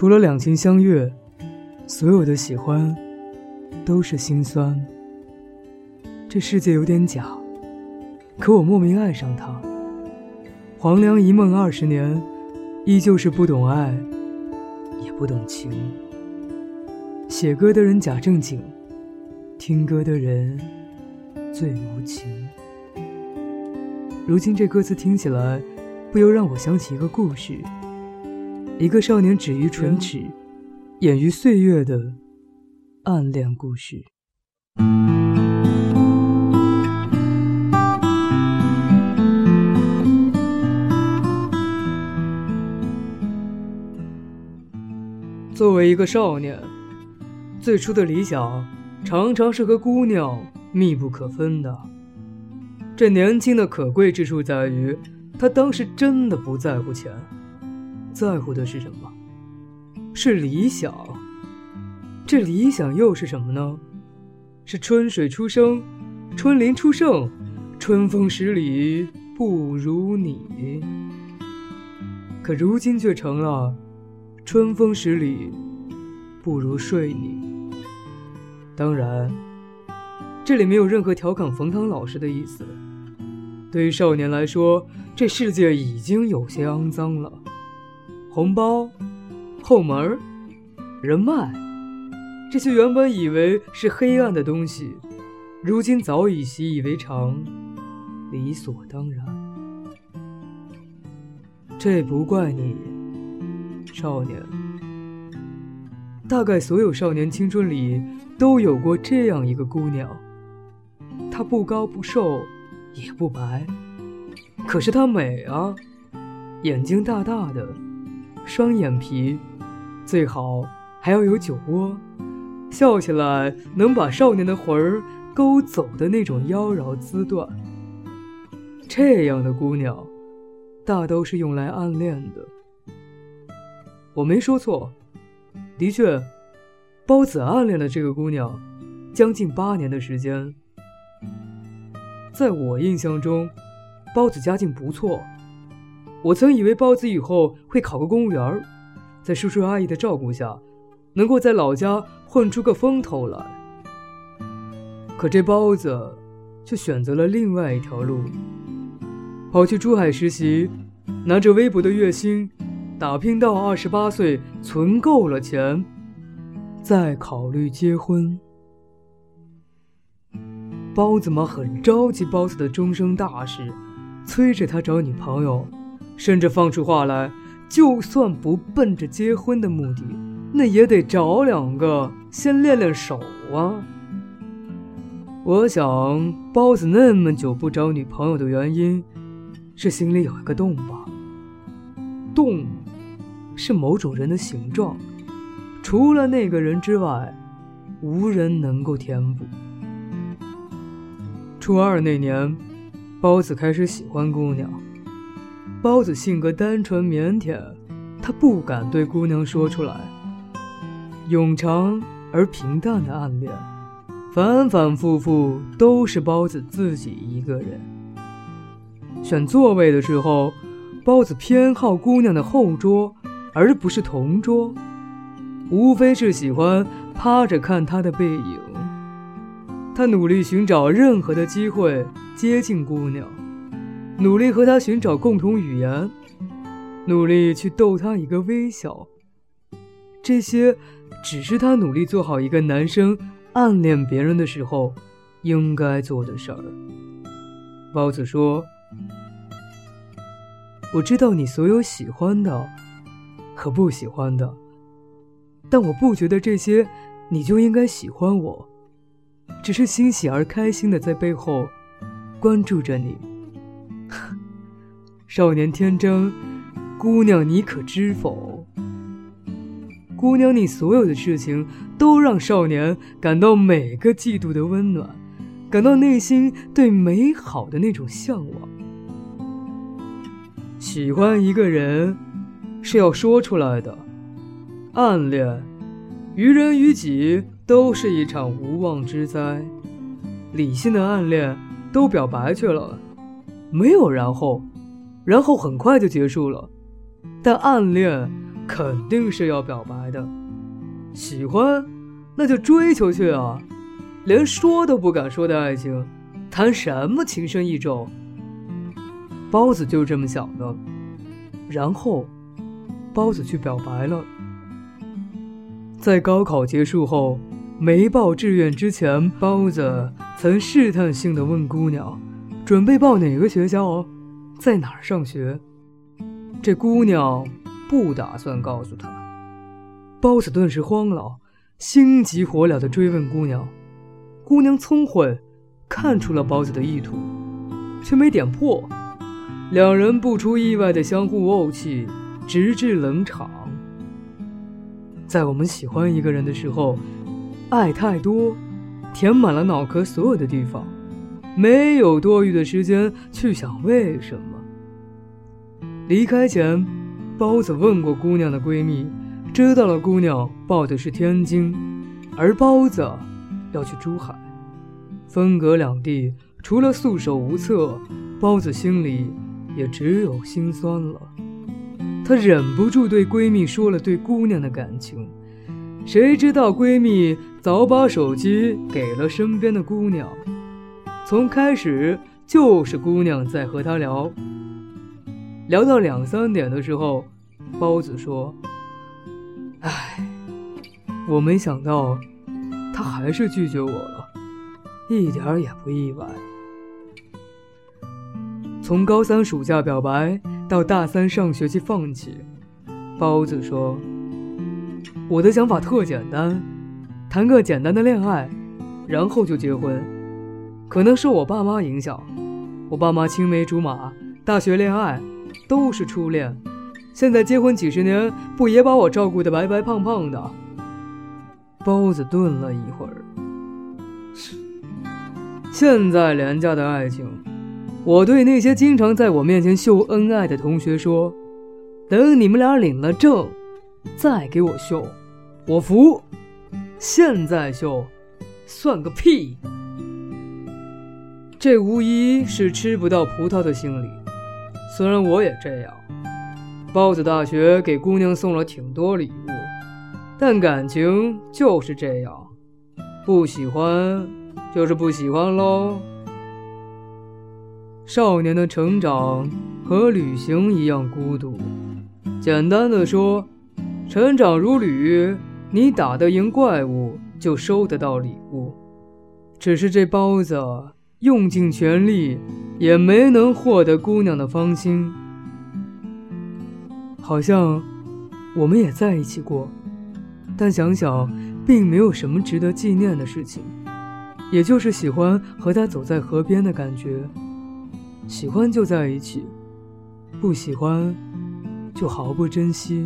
除了两情相悦，所有的喜欢都是心酸。这世界有点假，可我莫名爱上他。黄粱一梦20年，依旧是不懂爱，也不懂情。写歌的人假正经，听歌的人最无情。如今这歌词听起来，不由让我想起一个故事，一个少年止于唇齿，掩于岁月的暗恋故事。作为一个少年，最初的理想常常是和姑娘密不可分的。这年轻的可贵之处在于，他当时真的不在乎钱，在乎的是什么？是理想。这理想又是什么呢？是春水初生，春林初盛，春风十里不如你。可如今却成了春风十里不如睡你。当然，这里没有任何调侃冯唐老师的意思。对于少年来说，这世界已经有些肮脏了。红包、后门、人脉，这些原本以为是黑暗的东西，如今早已习以为常，理所当然。这不怪你，少年。大概所有少年青春里都有过这样一个姑娘，她不高不瘦也不白，可是她美啊，眼睛大大的，双眼皮，最好还要有酒窝，笑起来能把少年的魂儿勾走的那种妖娆姿段。这样的姑娘大都是用来暗恋的。我没说错，的确，包子暗恋了这个姑娘将近8年的时间。在我印象中，包子家境不错，我曾以为包子以后会考个公务员，在叔叔阿姨的照顾下，能够在老家混出个风头来。可这包子却选择了另外一条路，跑去珠海实习，拿着微薄的月薪，打拼到28岁，存够了钱，再考虑结婚。包子妈很着急包子的终生大事，催着他找女朋友，甚至放出话来，就算不奔着结婚的目的，那也得找2个先练练手啊。我想包子那么久不找女朋友的原因，是心里有一个洞吧。洞是某种人的形状，除了那个人之外，无人能够填补。初2那年，包子开始喜欢姑娘。包子性格单纯腼腆，他不敢对姑娘说出来。冗长而平淡的暗恋，反反复复都是包子自己一个人。选座位的时候，包子偏好姑娘的后桌，而不是同桌，无非是喜欢趴着看她的背影。他努力寻找任何的机会接近姑娘，努力和她寻找共同语言，努力去逗她一个微笑。这些只是他努力做好一个男生暗恋别人的时候应该做的事儿。包子说，我知道你所有喜欢的和不喜欢的，但我不觉得这些你就应该喜欢我，只是欣喜而开心的在背后关注着你。少年天真，姑娘你可知否？姑娘你所有的事情都让少年感到每个季度的温暖，感到内心对美好的那种向往。喜欢一个人是要说出来的，暗恋于人于己都是一场无妄之灾。理性的暗恋都表白去了，没有然后很快就结束了。但暗恋肯定是要表白的。喜欢，那就追求去啊！连说都不敢说的爱情，谈什么情深意重？包子就这么想的。然后，包子去表白了。在高考结束后，没报志愿之前，包子曾试探性地问姑娘，准备报哪个学校，在哪儿上学。这姑娘不打算告诉他。包子顿时慌了，心急火燎地追问姑娘。姑娘聪慧，看出了包子的意图，却没点破。两人不出意外的相互怄气，直至冷场。在我们喜欢一个人的时候，爱太多，填满了脑壳所有的地方，没有多余的时间去想为什么。离开前，包子问过姑娘的闺蜜，知道了姑娘报的是天津，而包子要去珠海。分隔两地，除了束手无策，包子心里也只有心酸了。她忍不住对闺蜜说了对姑娘的感情，谁知道闺蜜早把手机给了身边的姑娘。从开始就是姑娘在和她聊到2、3点的时候，包子说：唉，我没想到她还是拒绝我了，一点也不意外。从高3暑假表白到大3上学期放弃，包子说：我的想法特简单，谈个简单的恋爱，然后就结婚。可能受我爸妈影响，我爸妈青梅竹马，大学恋爱都是初恋，现在结婚几十年，不也把我照顾得白白胖胖的？包子顿了一会儿，现在廉价的爱情，我对那些经常在我面前秀恩爱的同学说，等你们俩领了证再给我秀，我服。现在秀算个屁。这无疑是吃不到葡萄的心理，虽然我也这样。包子大学给姑娘送了挺多礼物，但感情就是这样，不喜欢就是不喜欢咯。少年的成长和旅行一样孤独。简单的说，成长如旅，你打得赢怪物，就收得到礼物。只是这包子用尽全力，也没能获得姑娘的芳心。好像我们也在一起过，但想想并没有什么值得纪念的事情，也就是喜欢和他走在河边的感觉。喜欢就在一起，不喜欢就毫不珍惜。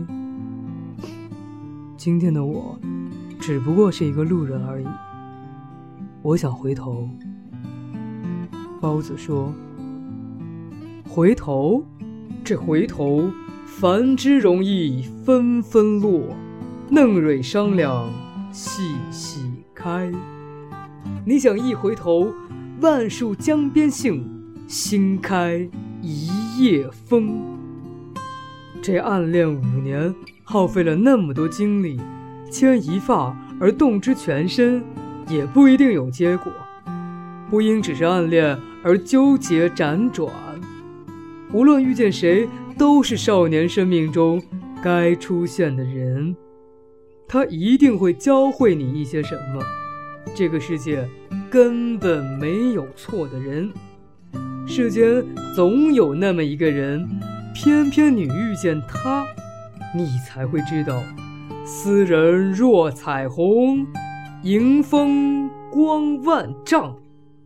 今天的我只不过是一个路人而已，我想回头。包子说，回头，这回头繁枝容易纷纷落，嫩蕊商量细细开。你想一回头，万树江边杏，新开一夜风。这暗恋5年，耗费了那么多精力，牵一发而动之全身，也不一定有结果。不应只是暗恋而纠结辗转，无论遇见谁，都是少年生命中该出现的人。他一定会教会你一些什么。这个世界根本没有错的人，世间总有那么一个人，偏偏你遇见他，你才会知道，斯人若彩虹，迎风光万丈。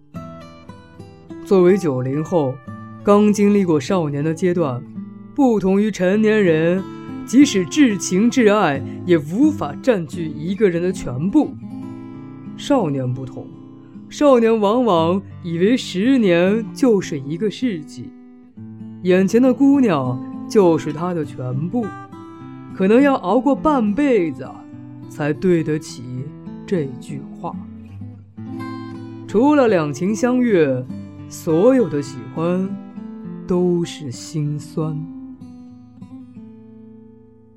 作为90后，刚经历过少年的阶段，不同于成年人，即使至情至爱，也无法占据一个人的全部。少年不同，少年往往以为10年就是一个世纪，眼前的姑娘就是他的全部，可能要熬过半辈子，才对得起这句话。除了两情相悦，所有的喜欢都是心酸。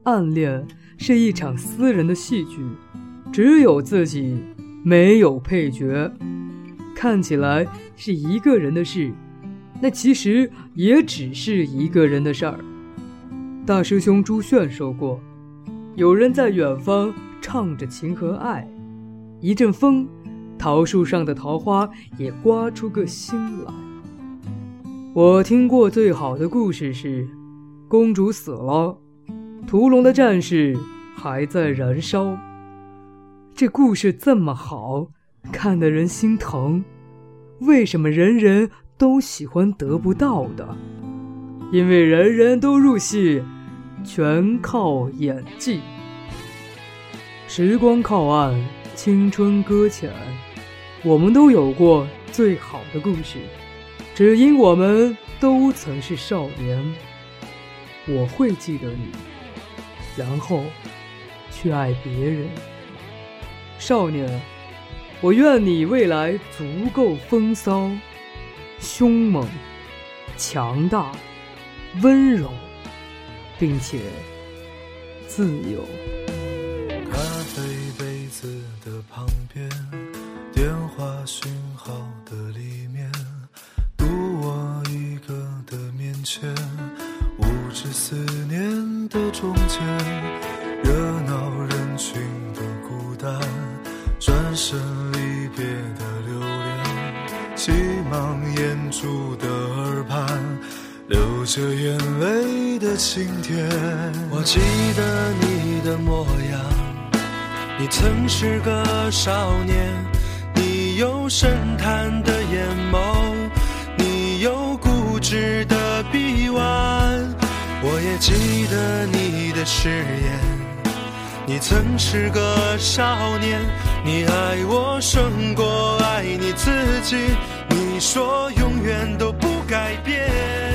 暗恋是一场私人的戏剧，只有自己，没有配角。看起来是一个人的事，那其实也只是一个人的事儿。大师兄朱炫说过，有人在远方唱着情和爱，一阵风，桃树上的桃花也刮出个心来。我听过最好的故事是，公主死了，屠龙的战士还在燃烧。这故事这么好，看得人心疼。为什么人人都喜欢得不到的？因为人人都入戏，全靠演技。时光靠岸，青春搁浅，我们都有过最好的故事，只因我们都曾是少年。我会记得你，然后去爱别人。少年，我愿你未来足够风骚、凶猛、强大、温柔，并且自由。 咖啡杯子的旁边，电话讯号的里面，独我一个的面前，无知思念的中间，热闹人群的孤单，转身离别的留恋，急忙掩住的耳畔，流着眼泪的晴天。我记得你的模样，你曾是个少年，你有深潭的眼眸，你有固执的臂弯。我也记得你的誓言，你曾是个少年，你爱我胜过爱你自己，你说永远都不改变。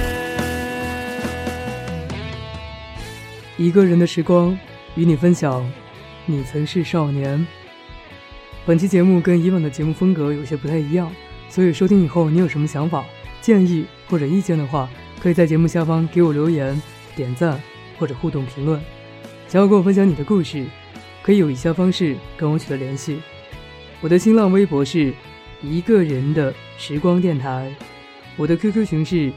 一个人的时光，与你分享你曾是少年。本期节目跟以往的节目风格有些不太一样，所以收听以后你有什么想法、建议或者意见的话，可以在节目下方给我留言、点赞或者互动评论。想要跟我分享你的故事，可以有以下方式跟我取得联系。我的新浪微博是一个人的时光电台，我的 QQ 群是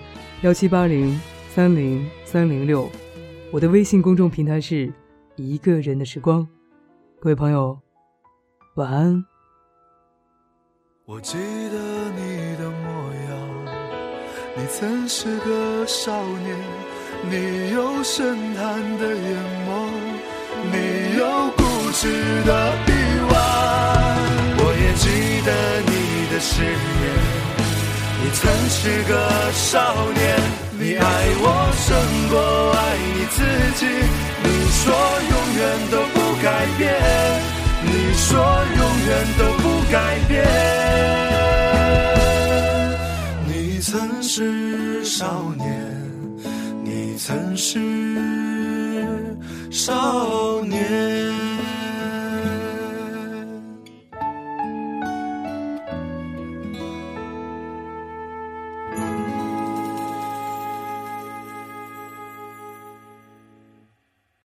1780303006，我的微信公众平台是一个人的时光。各位朋友，晚安。 我记得你的模样，你曾是个少年，你有深潭的眼眸，你有固执的臂弯。我也记得你的誓言，你曾是个少年，你爱我胜过爱你自己，你说永远都不改变，你说永远都不改变。你曾是少年，你曾是少年。